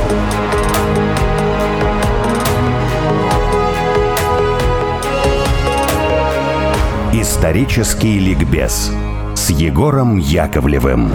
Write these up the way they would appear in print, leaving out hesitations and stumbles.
Исторический ликбез с Егором Яковлевым.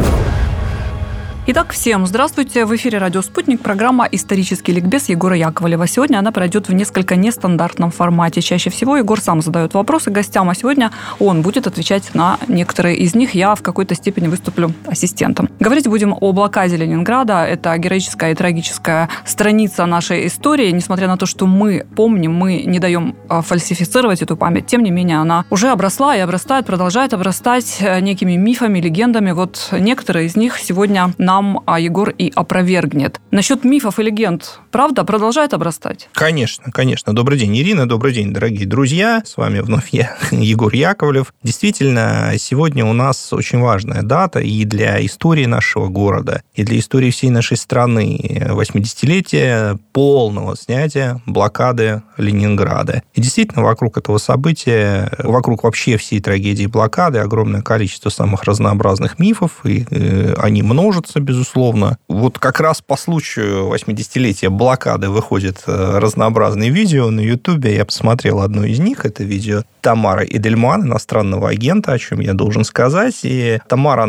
Итак, всем здравствуйте. В эфире «Радио Спутник», программа «Исторический ликбез» Егора Яковлева. Сегодня она пройдет в несколько нестандартном формате. Чаще всего Егор сам задает вопросы гостям, а сегодня он будет отвечать на некоторые из них. Я в какой-то степени выступлю ассистентом. Говорить будем о блокаде Ленинграда. Это героическая и трагическая страница нашей истории. Несмотря на то, что мы помним, мы не даем фальсифицировать эту память, тем не менее она уже обросла и обрастает, продолжает обрастать некими мифами, легендами. Вот некоторые из них сегодня нам Егор и опровергнет. Насчет мифов и легенд, правда, продолжает обрастать? Конечно, конечно. Добрый день, Ирина, добрый день, дорогие друзья. С вами вновь я, Егор Яковлев. Действительно, сегодня у нас очень важная дата и для истории нашего города, и для истории всей нашей страны. 80-летие полного снятия блокады Ленинграда. И действительно, вокруг этого события, вокруг вообще всей трагедии блокады огромное количество самых разнообразных мифов, и они множатся, безусловно. Вот как раз по случаю 80-летия блокады выходит разнообразные видео на Ютубе. Я посмотрел одно из них. Это видео Тамары Эдельман, иностранного агента, о чем я должен сказать. И Тамара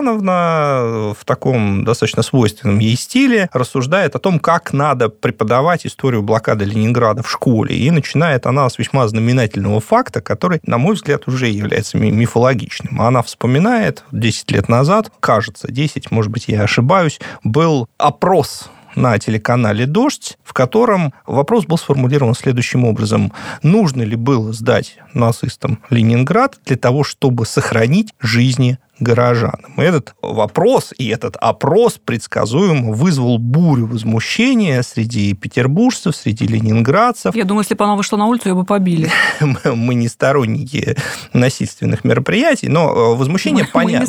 Натановна в таком достаточно свойственном ей стиле рассуждает о том, как надо преподавать историю блокады Ленинграда в школе. И начинает она с весьма знаменательного факта, который, на мой взгляд, уже является мифологичным. Она вспоминает 10 лет назад, кажется, 10, может быть, я ошибаюсь, был опрос на телеканале «Дождь», в котором вопрос был сформулирован следующим образом. Нужно ли было сдать нацистам Ленинград для того, чтобы сохранить жизни горожанам? Этот вопрос и этот опрос предсказуемо вызвал бурю возмущения среди петербуржцев, среди ленинградцев. Я думаю, если бы она вышла на улицу, ее бы побили. Мы не сторонники насильственных мероприятий, но возмущение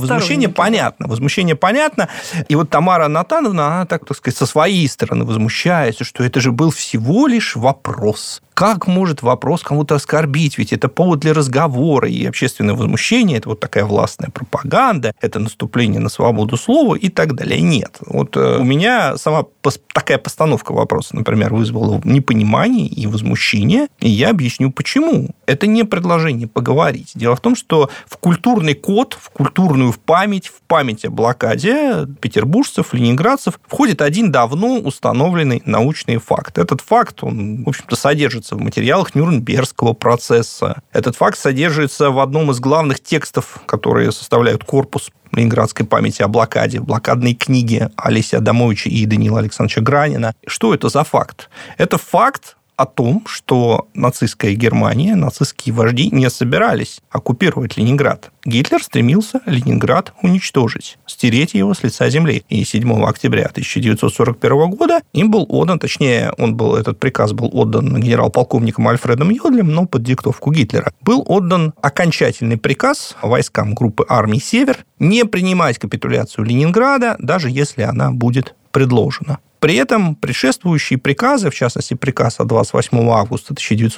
понятно. Возмущение понятно. И вот Тамара Натановна, она так сказать, со своей стороны возмущается, что это же был всего лишь вопрос. Как может вопрос кому-то оскорбить? Ведь это повод для разговора, и общественное возмущение – это вот такая властная пропаганда, это наступление на свободу слова и так далее. Нет. Вот у меня сама такая постановка вопроса, например, вызвала непонимание и возмущение, и я объясню, почему. Это не предложение поговорить. Дело в том, что в культурный код, в культурную память о блокаде петербуржцев, ленинградцев входит один давно установленный научный факт. Этот факт, он, в общем-то, содержится в материалах Нюрнбергского процесса. Этот факт содержится в одном из главных текстов, которые составляют корпус ленинградской памяти о блокаде, в блокадной книге Олеся Адамовича и Даниила Александровича Гранина. Что это за факт? Это факт о том, что нацистская Германия, нацистские вожди не собирались оккупировать Ленинград. Гитлер стремился Ленинград уничтожить, стереть его с лица земли. И 7 октября 1941 года им был отдан, этот приказ был отдан генерал-полковником Альфредом Йодлем, но под диктовку Гитлера. Был отдан окончательный приказ войскам группы армий «Север» не принимать капитуляцию Ленинграда, даже если она будет предложена. При этом предшествующие приказы, в частности, приказ от 28 августа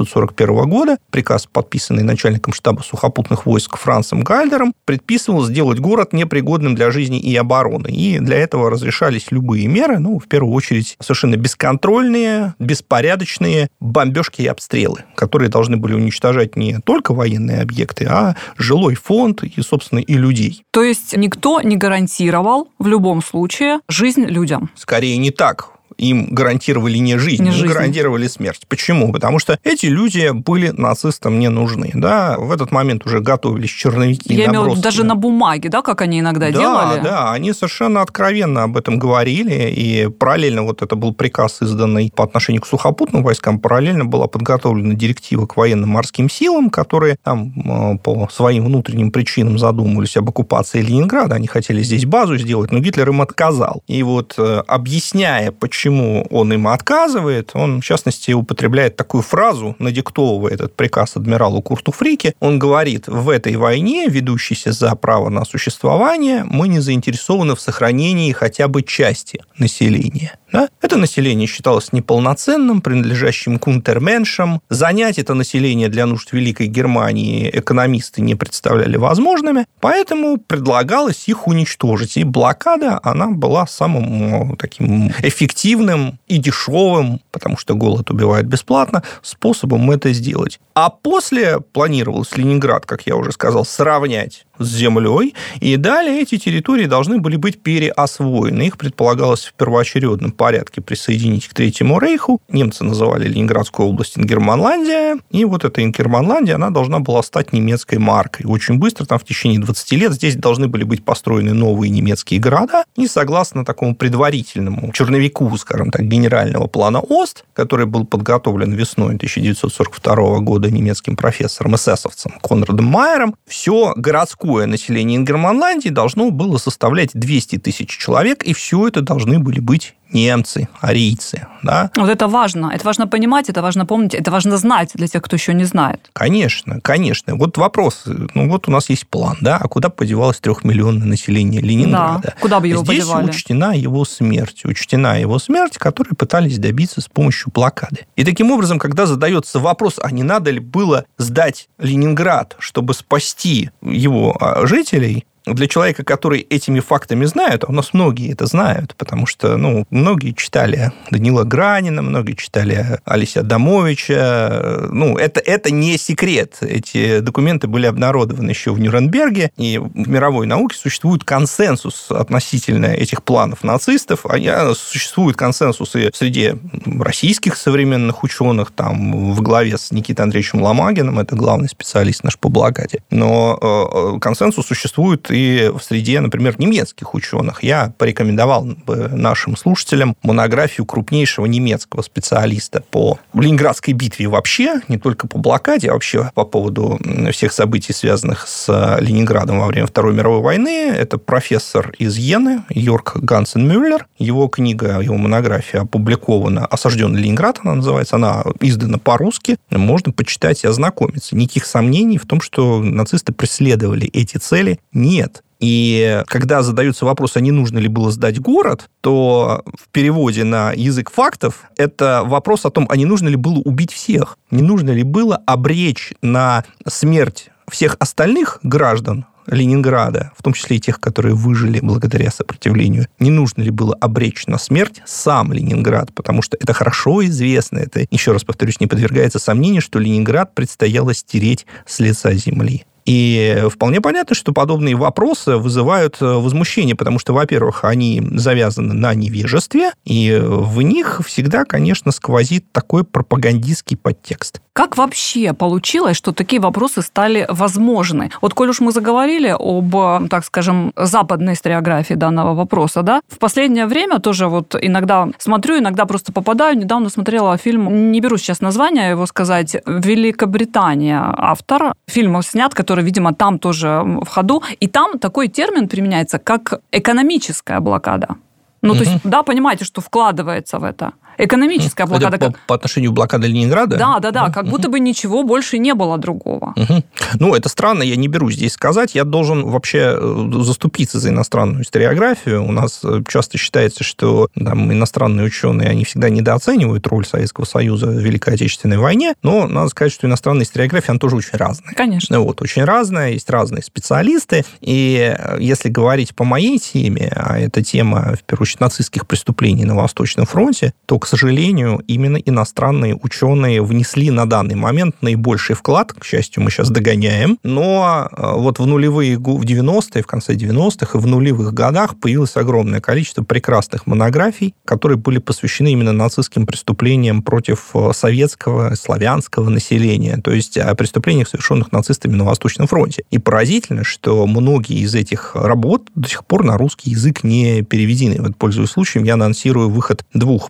1941 года, приказ, подписанный начальником штаба сухопутных войск Францем Гальдером, предписывал сделать город непригодным для жизни и обороны. И для этого разрешались любые меры, в первую очередь, совершенно бесконтрольные, беспорядочные бомбежки и обстрелы, которые должны были уничтожать не только военные объекты, а жилой фонд и, собственно, и людей. То есть никто не гарантировал в любом случае жизнь людям? Скорее не так. Им гарантировали не жизнь, им гарантировали смерть. Почему? Потому что эти люди были нацистам не нужны. Да? В этот момент уже готовились черновики, Я имею в виду даже на бумаге, да, как они иногда делали? Да, они совершенно откровенно об этом говорили. И параллельно вот это был приказ, изданный по отношению к сухопутным войскам, параллельно была подготовлена директива к военно-морским силам, которые там по своим внутренним причинам задумывались об оккупации Ленинграда. Они хотели здесь базу сделать, но Гитлер им отказал. И вот объясняя, почему он им отказывает, он, в частности, употребляет такую фразу, надиктовывая этот приказ адмиралу Курту Фрике. Он говорит: в этой войне, ведущейся за право на существование, мы не заинтересованы в сохранении хотя бы части населения. Да? Это население считалось неполноценным, принадлежащим к унтерменшам. Занять это население для нужд Великой Германии экономисты не представляли возможными, поэтому предлагалось их уничтожить. И блокада, она была самым таким эффективным и дешевым, потому что голод убивает бесплатно, способом это сделать. А после планировалось Ленинград, как я уже сказал, сравнять с землей, и далее эти территории должны были быть переосвоены. Их предполагалось в первоочередном порядке присоединить к Третьему рейху. Немцы называли Ленинградскую область Ингерманландия, и вот эта Ингерманландия, она должна была стать немецкой маркой. Очень быстро, там в течение 20 лет, здесь должны были быть построены новые немецкие города, и согласно такому предварительному черновику, скажем так, генерального плана Ост, который был подготовлен весной 1942 года немецким профессором, эсэсовцем Конрадом Майером, все городское население Ингерманландии должно было составлять 200 тысяч человек, и все это должны были быть немцы, арийцы. Да? Вот это важно понимать, это важно помнить, это важно знать для тех, кто еще не знает. Конечно. Вот вопрос, вот у нас есть план, да, а куда подевалось 3-миллионное население Ленинграда? Да, куда бы его подевали? Здесь учтена его смерть, которую пытались добиться с помощью блокады. И таким образом, когда задается вопрос, а не надо ли было сдать Ленинград, чтобы спасти его жителей, для человека, который этими фактами знает, а у нас многие это знают, потому что, многие читали Данила Гранина, многие читали Алися Адамовича. Это не секрет. Эти документы были обнародованы еще в Нюрнберге, и в мировой науке существует консенсус относительно этих планов нацистов. Существует консенсус и среди российских современных ученых, там, во главе с Никитой Андреевичем Ломагиным, это главный специалист наш по блокаде. Но консенсус существует и в среде, например, немецких ученых. Я порекомендовал бы нашим слушателям монографию крупнейшего немецкого специалиста по Ленинградской битве вообще, не только по блокаде, а вообще по поводу всех событий, связанных с Ленинградом во время Второй мировой войны. Это профессор из Йены, Йорк Гансен-Мюллер. Его книга, его монография опубликована «Осажденный Ленинград», она называется, она издана по-русски. Можно почитать и ознакомиться. Никаких сомнений в том, что нацисты преследовали эти цели, нет. И когда задается вопрос, а не нужно ли было сдать город, то в переводе на язык фактов это вопрос о том, а не нужно ли было убить всех, не нужно ли было обречь на смерть всех остальных граждан Ленинграда, в том числе и тех, которые выжили благодаря сопротивлению, не нужно ли было обречь на смерть сам Ленинград, потому что это хорошо известно, это, еще раз повторюсь, не подвергается сомнению, что Ленинград предстояло стереть с лица земли. И вполне понятно, что подобные вопросы вызывают возмущение, потому что, во-первых, они завязаны на невежестве, и в них всегда, конечно, сквозит такой пропагандистский подтекст. Как вообще получилось, что такие вопросы стали возможны? Вот, коль уж мы заговорили об, так скажем, западной историографии данного вопроса, да, в последнее время тоже вот иногда смотрю, иногда просто попадаю. Недавно смотрела фильм, не беру сейчас название его сказать, «Великобритания» автор. Фильм снят, который, видимо, там тоже в ходу. И там такой термин применяется, как экономическая блокада. То есть, да, понимаете, что вкладывается в это. Экономическая блокада. Это по отношению к блокаде Ленинграда? Да, как будто бы ничего больше не было другого. Это странно, я не берусь здесь сказать. Я должен вообще заступиться за иностранную историографию. У нас часто считается, что иностранные ученые, они всегда недооценивают роль Советского Союза в Великой Отечественной войне, но надо сказать, что иностранная историография, она тоже очень разная. Конечно. Очень разная, есть разные специалисты. И если говорить по моей теме, а это тема, в первую очередь, нацистских преступлений на Восточном фронте, то, к сожалению, именно иностранные ученые внесли на данный момент наибольший вклад. К счастью, мы сейчас догоняем. Но вот в 90-е, в конце 90-х и в нулевых годах появилось огромное количество прекрасных монографий, которые были посвящены именно нацистским преступлениям против советского, славянского населения, то есть о преступлениях, совершенных нацистами на Восточном фронте. И поразительно, что многие из этих работ до сих пор на русский язык не переведены. Вот, пользуясь случаем, я анонсирую выход 2 прекрасных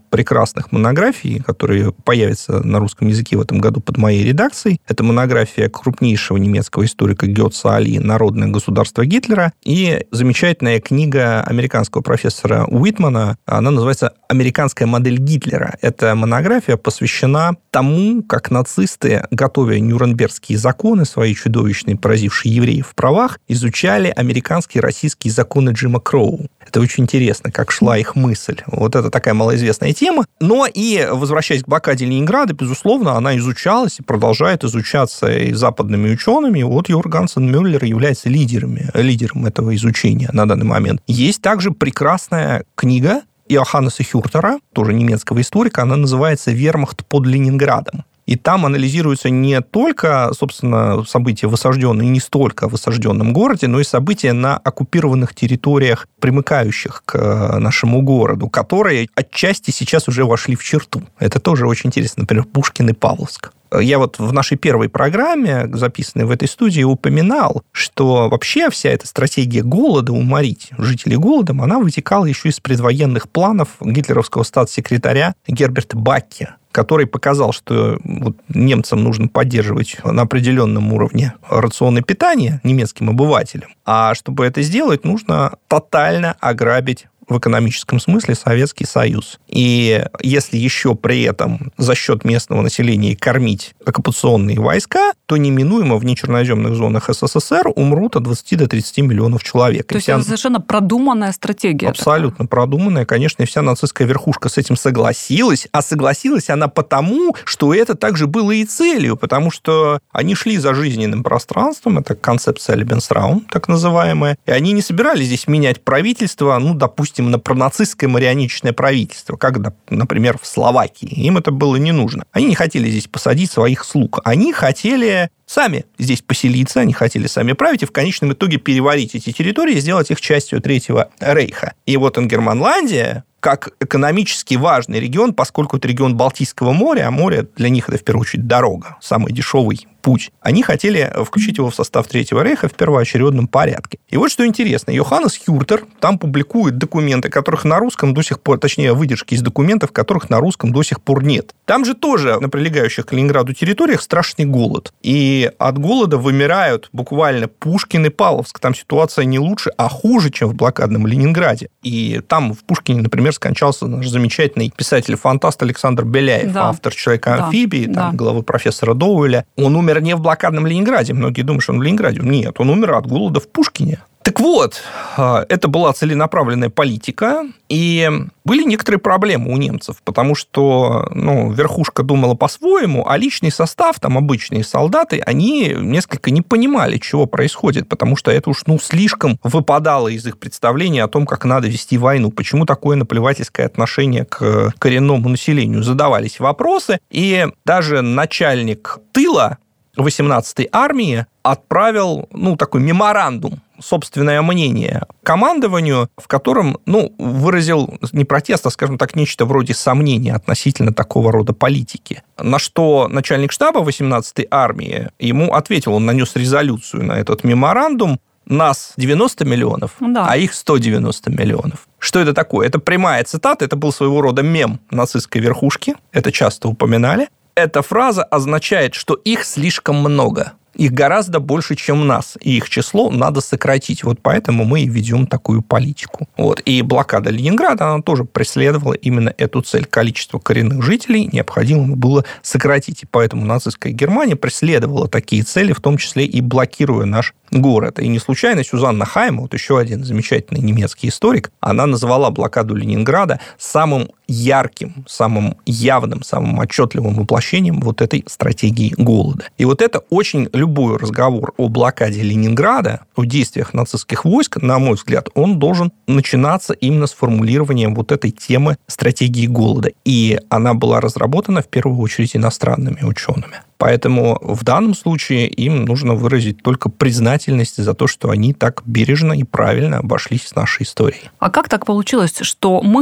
прекрасных монографий, которые появятся на русском языке в этом году под моей редакцией. Это монография крупнейшего немецкого историка Гёца Али «Народное государство Гитлера» и замечательная книга американского профессора Уитмана. Она называется «Американская модель Гитлера». Эта монография посвящена тому, как нацисты, готовя нюрнбергские законы, свои чудовищные, поразившие евреев в правах, изучали американские и российские законы Джима Кроу. Это очень интересно, как шла их мысль. Вот это такая малоизвестная тема. Но и, возвращаясь к блокаде Ленинграда, безусловно, она изучалась и продолжает изучаться и западными учеными. Вот Йоргансен Мюллер является лидером этого изучения на данный момент. Есть также прекрасная книга Йоханнеса Хюртера, тоже немецкого историка, она называется «Вермахт под Ленинградом». И там анализируются не только, собственно, события в осажденном, и не столько в осажденном городе, но и события на оккупированных территориях, примыкающих к нашему городу, которые отчасти сейчас уже вошли в черту. Это тоже очень интересно. Например, Пушкин и Павловск. Я вот в нашей первой программе, записанной в этой студии, упоминал, что вообще вся эта стратегия голода, уморить жителей голодом, она вытекала еще из предвоенных планов гитлеровского статс-секретаря Герберта Бакке, который показал, что вот немцам нужно поддерживать на определенном уровне рационное питание немецким обывателям, а чтобы это сделать, нужно тотально ограбить в экономическом смысле Советский Союз. И если еще при этом за счет местного населения кормить оккупационные войска, то неминуемо в нечерноземных зонах СССР умрут от 20 до 30 миллионов человек. То есть это совершенно продуманная стратегия. Абсолютно такая. Продуманная. Конечно, и вся нацистская верхушка с этим согласилась. А согласилась она потому, что это также было и целью, потому что они шли за жизненным пространством, это концепция Lebensraum, так называемая, и они не собирались здесь менять правительство, допустим, на пронацистское марионеточное правительство, как, например, в Словакии. Им это было не нужно. Они не хотели здесь посадить своих слуг. Они хотели сами здесь поселиться, они хотели сами править и в конечном итоге переварить эти территории и сделать их частью Третьего Рейха. И вот Ингерманландия, как экономически важный регион, поскольку это регион Балтийского моря, а море для них это в первую очередь дорога, самый дешевый путь. Они хотели включить его в состав Третьего Рейха в первоочередном порядке. И вот что интересно, Йоханнес Хюртер там публикует документы, которых на русском до сих пор, точнее, выдержки из документов, которых на русском до сих пор нет. Там же тоже на прилегающих к Ленинграду территориях страшный голод. И от голода вымирают буквально Пушкин и Павловск. Там ситуация не лучше, а хуже, чем в блокадном Ленинграде. И там в Пушкине, например, скончался наш замечательный писатель-фантаст Александр Беляев, автор «Человека-амфибии», главы профессора Доуэля. Он умер не в блокадном Ленинграде. Многие думают, что он в Ленинграде. Нет, он умер от голода в Пушкине. Так вот, это была целенаправленная политика, и были некоторые проблемы у немцев, потому что верхушка думала по-своему, а личный состав, там обычные солдаты, они несколько не понимали, чего происходит, потому что это уж слишком выпадало из их представления о том, как надо вести войну, почему такое наплевательское отношение к коренному населению. Задавались вопросы, и даже начальник тыла 18-й армии отправил, такой меморандум, собственное мнение командованию, в котором, выразил не протест, а, скажем так, нечто вроде сомнения относительно такого рода политики. На что начальник штаба 18-й армии ему ответил, он нанес резолюцию на этот меморандум: нас 90 миллионов, а их 190 миллионов. Что это такое? Это прямая цитата, это был своего рода мем нацистской верхушки, это часто упоминали. Эта фраза означает, что их слишком много. Их гораздо больше, чем нас, и их число надо сократить. Вот поэтому мы и ведем такую политику. И блокада Ленинграда, она тоже преследовала именно эту цель. Количество коренных жителей необходимо было сократить. И поэтому нацистская Германия преследовала такие цели, в том числе и блокируя наш город. И не случайно Сюзанна Хайм, еще один замечательный немецкий историк, она назвала блокаду Ленинграда самым ярким, самым явным, самым отчетливым воплощением вот этой стратегии голода. И вот это очень любой разговор о блокаде Ленинграда, о действиях нацистских войск, на мой взгляд, он должен начинаться именно с формулированием вот этой темы стратегии голода. И она была разработана в первую очередь иностранными учеными. Поэтому в данном случае им нужно выразить только признательность за то, что они так бережно и правильно обошлись с нашей историей. А как так получилось, что мы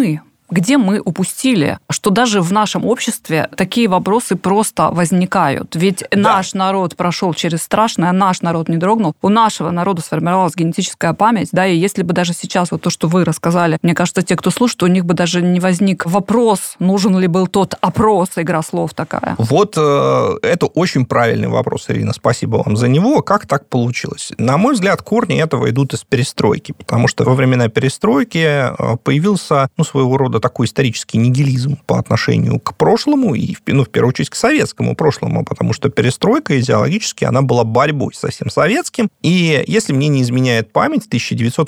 Где мы упустили, что даже в нашем обществе такие вопросы просто возникают? Ведь наш народ прошел через страшное, наш народ не дрогнул. У нашего народа сформировалась генетическая память, да, и если бы даже сейчас вот то, что вы рассказали, мне кажется, те, кто слушает, у них бы даже не возник вопрос, нужен ли был тот опрос, игра слов такая. Вот это очень правильный вопрос, Ирина, спасибо вам за него. Как так получилось? На мой взгляд, корни этого идут из перестройки, потому что во времена перестройки появился, своего рода такой исторический нигилизм по отношению к прошлому и, в первую очередь, к советскому прошлому, потому что перестройка идеологически, она была борьбой со всем советским. И, если мне не изменяет память, в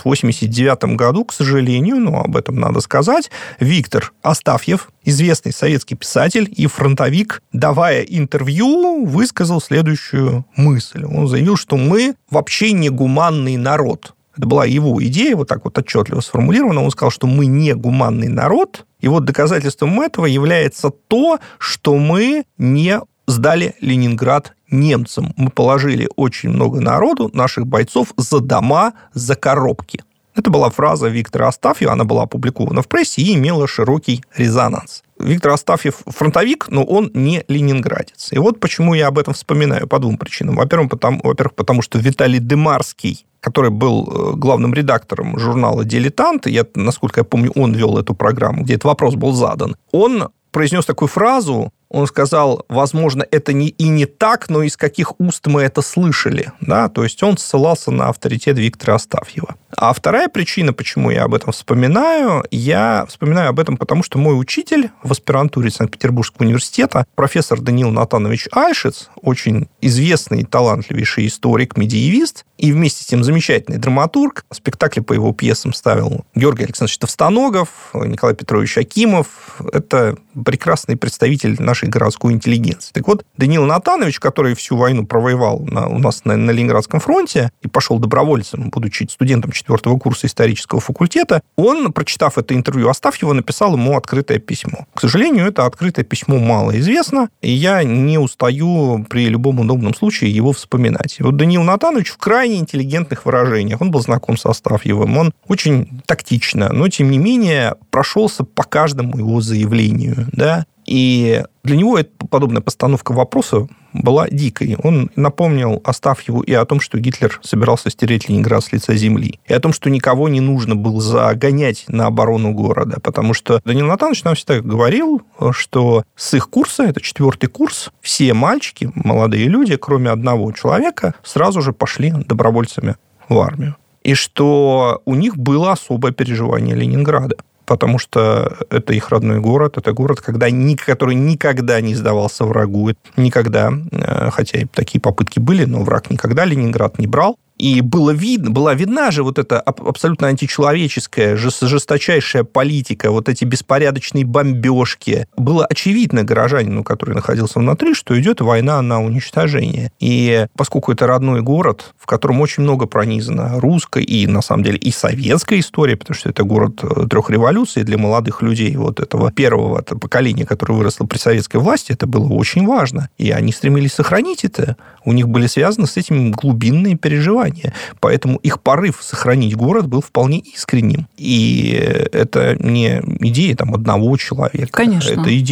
1989 году, к сожалению, об этом надо сказать, Виктор Астафьев, известный советский писатель и фронтовик, давая интервью, высказал следующую мысль. Он заявил, что мы вообще не гуманный народ. Это была его идея, вот так вот отчетливо сформулирована. Он сказал, что мы не гуманный народ, и вот доказательством этого является то, что мы не сдали Ленинград немцам. Мы положили очень много народу, наших бойцов, за дома, за коробки. Это была фраза Виктора Астафьева, она была опубликована в прессе и имела широкий резонанс. Виктор Астафьев фронтовик, но он не ленинградец. И вот почему я об этом вспоминаю, по двум причинам. Во-первых, потому что Виталий Демарский, который был главным редактором журнала «Дилетант», насколько я помню, он вел эту программу, где этот вопрос был задан, он произнес такую фразу, он сказал, возможно, это не так, но из каких уст мы это слышали. Да? То есть он ссылался на авторитет Виктора Астафьева. А вторая причина, почему я об этом вспоминаю, я вспоминаю об этом, потому что мой учитель в аспирантуре Санкт-Петербургского университета, профессор Даниил Натанович Альшиц, очень известный, талантливейший историк, медиевист, и вместе с тем замечательный драматург. Спектакли по его пьесам ставил Георгий Александрович Товстоногов, Николай Петрович Акимов. Это прекрасный представитель нашей городской интеллигенции. Так вот, Даниил Натанович, который всю войну провоевал у нас на Ленинградском фронте и пошел добровольцем, будучи студентом 4-го курса исторического факультета, он, прочитав это интервью Астафьева, написал ему открытое письмо. К сожалению, это открытое письмо мало известно, и я не устаю при любом удобном случае его вспоминать. И вот Даниил Натанович в крайне интеллигентных выражениях, он был знаком с Астафьевым, он очень тактично, но, тем не менее, прошелся по каждому его заявлению, да, и для него подобная постановка вопроса была дикой. Он напомнил Астафьеву и о том, что Гитлер собирался стереть Ленинград с лица земли, и о том, что никого не нужно было загонять на оборону города, потому что Даниил Натанович нам всегда говорил, что с их курса, это 4-й курс, все мальчики, молодые люди, кроме одного человека, сразу же пошли добровольцами в армию. И что у них было особое переживание Ленинграда, потому что это их родной город, это город, который никогда не сдавался врагу, никогда, хотя и такие попытки были, но враг никогда Ленинград не брал. И была видна же вот эта абсолютно античеловеческая, жесточайшая политика, вот эти беспорядочные бомбежки. Было очевидно горожанину, который находился внутри, что идет война на уничтожение. И поскольку это родной город, в котором очень много пронизано русской и, на самом деле, и советской истории, потому что это город 3 революций, для молодых людей вот этого первого поколения, которое выросло при советской власти, это было очень важно. И они стремились сохранить это. У них были связаны с этим глубинные переживания. Поэтому их порыв сохранить город был вполне искренним. И это не идея одного человека. Конечно.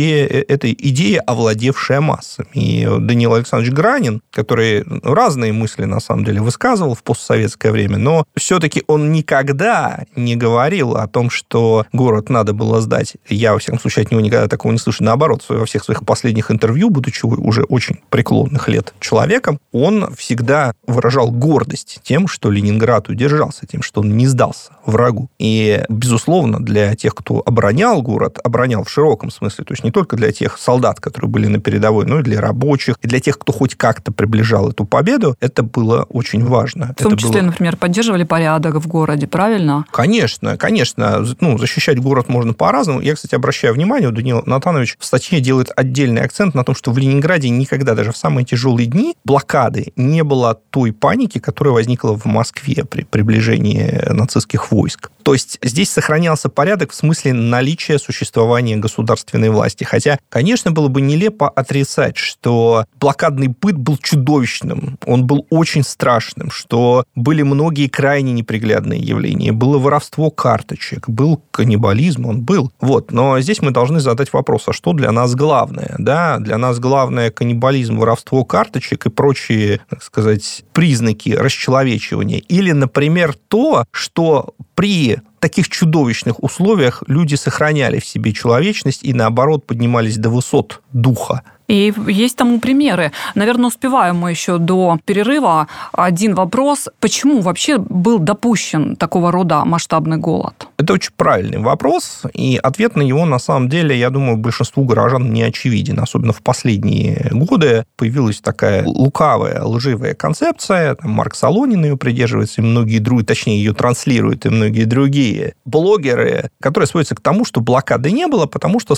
Это идея, овладевшая массами. И Даниил Александрович Гранин, который разные мысли, на самом деле, высказывал в постсоветское время, но все-таки он никогда не говорил о том, что город надо было сдать. Я, во всяком случае, от него никогда такого не слышу. Наоборот, во всех своих последних интервью, будучи уже очень преклонных лет человеком, он всегда выражал гордость тем, что Ленинград удержался, тем, что он не сдался врагу. И, безусловно, для тех, кто оборонял город, оборонял в широком смысле, то есть не только для тех солдат, которые были на передовой, но и для рабочих, и для тех, кто хоть как-то приближал эту победу, это было очень важно. В том числе, например, поддерживали порядок в городе, правильно? Конечно. Защищать город можно по-разному. Я, кстати, обращаю внимание, Даниил Натанович в статье делает отдельный акцент на том, что в Ленинграде никогда, даже в самые тяжелые дни блокады, не было той паники, которая возникло в Москве при приближении нацистских войск. То есть здесь сохранялся порядок в смысле наличия существования государственной власти. Хотя, конечно, было бы нелепо отрицать, что блокадный быт был чудовищным, он был очень страшным, что были многие крайне неприглядные явления. Было воровство карточек, был каннибализм, он был. Но здесь мы должны задать вопрос, а что для нас главное? Да, для нас главное каннибализм, воровство карточек и прочие, так сказать, признаки расчеловечивания. Или, например, то, что при таких чудовищных условиях люди сохраняли в себе человечность и, наоборот, поднимались до высот духа. И есть тому примеры. Наверное, успеваем мы еще до перерыва. Один вопрос. Почему вообще был допущен такого рода масштабный голод? Это очень правильный вопрос, и ответ на него, на самом деле, я думаю, большинству горожан не очевиден. Особенно в последние годы появилась такая лукавая, лживая концепция. Марк Солонин ее придерживается, и многие другие, точнее, ее транслируют, и многие другие блогеры, которые сводятся к тому, что блокады не было, потому что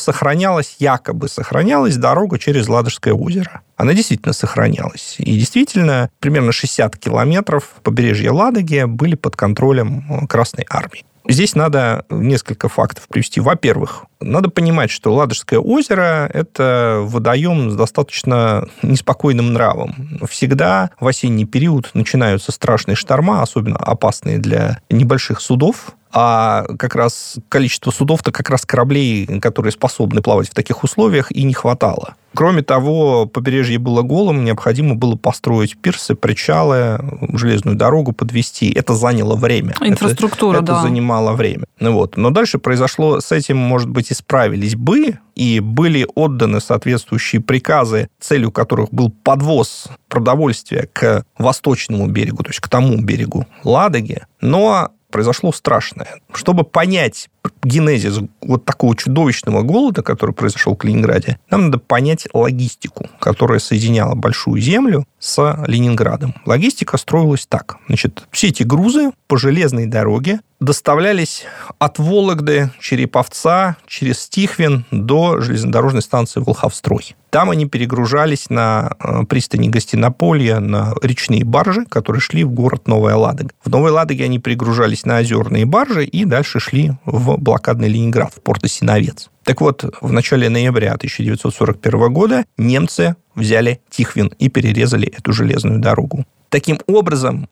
якобы сохранялась дорога через Ладожское озеро. Она действительно сохранялась. И действительно, примерно 60 километров побережья Ладоги были под контролем Красной Армии. Здесь надо несколько фактов привести. Во-первых, надо понимать, что Ладожское озеро – это водоем с достаточно неспокойным нравом. Всегда в осенний период начинаются страшные шторма, особенно опасные для небольших судов. А как раз количество судов-то как раз кораблей, которые способны плавать в таких условиях, и не хватало. Кроме того, побережье было голым, необходимо было построить пирсы, причалы, железную дорогу подвести. Это заняло время. Инфраструктура, это занимало время. Но дальше произошло, с этим, может быть, и справились бы, и были отданы соответствующие приказы, целью которых был подвоз продовольствия к восточному берегу, то есть к тому берегу Ладоги. Но произошло страшное. Чтобы понять генезис такого чудовищного голода, который произошел в Калининграде, нам надо понять логистику, которая соединяла Большую Землю с Ленинградом. Логистика строилась так. Все эти грузы по железной дороге доставлялись от Вологды, Череповца, через Тихвин до железнодорожной станции Волховстрой. Там они перегружались на пристани Гостинополья, на речные баржи, которые шли в город Новая Ладога. В Новой Ладоге они перегружались на озерные баржи и дальше шли в блокадный Ленинград, в порт Осиновец. Так вот, в начале ноября 1941 года немцы взяли Тихвин и перерезали эту железную дорогу. Таким образом,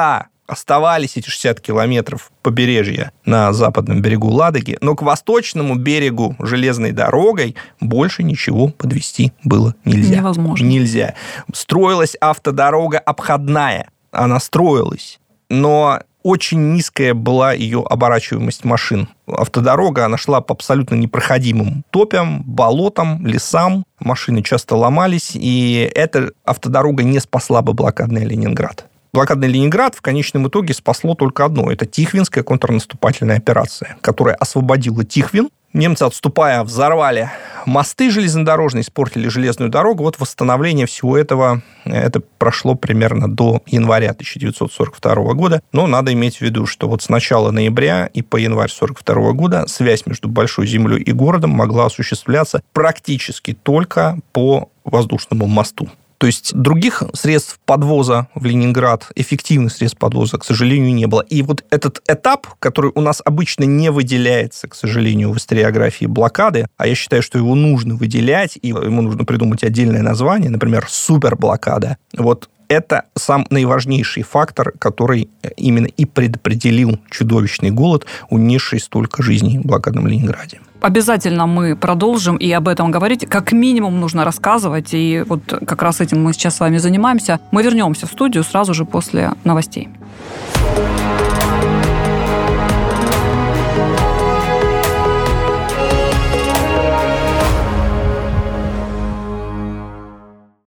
оставались эти 60 километров побережья на западном берегу Ладоги, но к восточному берегу железной дорогой больше ничего подвести было нельзя. Невозможно. Нельзя. Строилась автодорога обходная. Она строилась, но очень низкая была ее оборачиваемость машин. Автодорога, она шла по абсолютно непроходимым топям, болотам, лесам. Машины часто ломались, и эта автодорога не спасла бы блокадный Ленинград. Блокадный Ленинград в конечном итоге спасло только одно. Это Тихвинская контрнаступательная операция, которая освободила Тихвин. Немцы, отступая, взорвали мосты железнодорожные, испортили железную дорогу. Восстановление всего этого, это прошло примерно до января 1942 года. Но надо иметь в виду, что с начала ноября и по январь 1942 года связь между Большой Землей и городом могла осуществляться практически только по воздушному мосту. То есть других средств подвоза в Ленинград, эффективных средств подвоза, к сожалению, не было. И этот этап, который у нас обычно не выделяется, к сожалению, в историографии блокады, а я считаю, что его нужно выделять, и ему нужно придумать отдельное название, например, суперблокада. Это сам наиважнейший фактор, который именно и предопределил чудовищный голод, унесший столько жизней в блокадном Ленинграде. Обязательно мы продолжим и об этом говорить. Как минимум нужно рассказывать, и как раз этим мы сейчас с вами занимаемся. Мы вернемся в студию сразу же после новостей.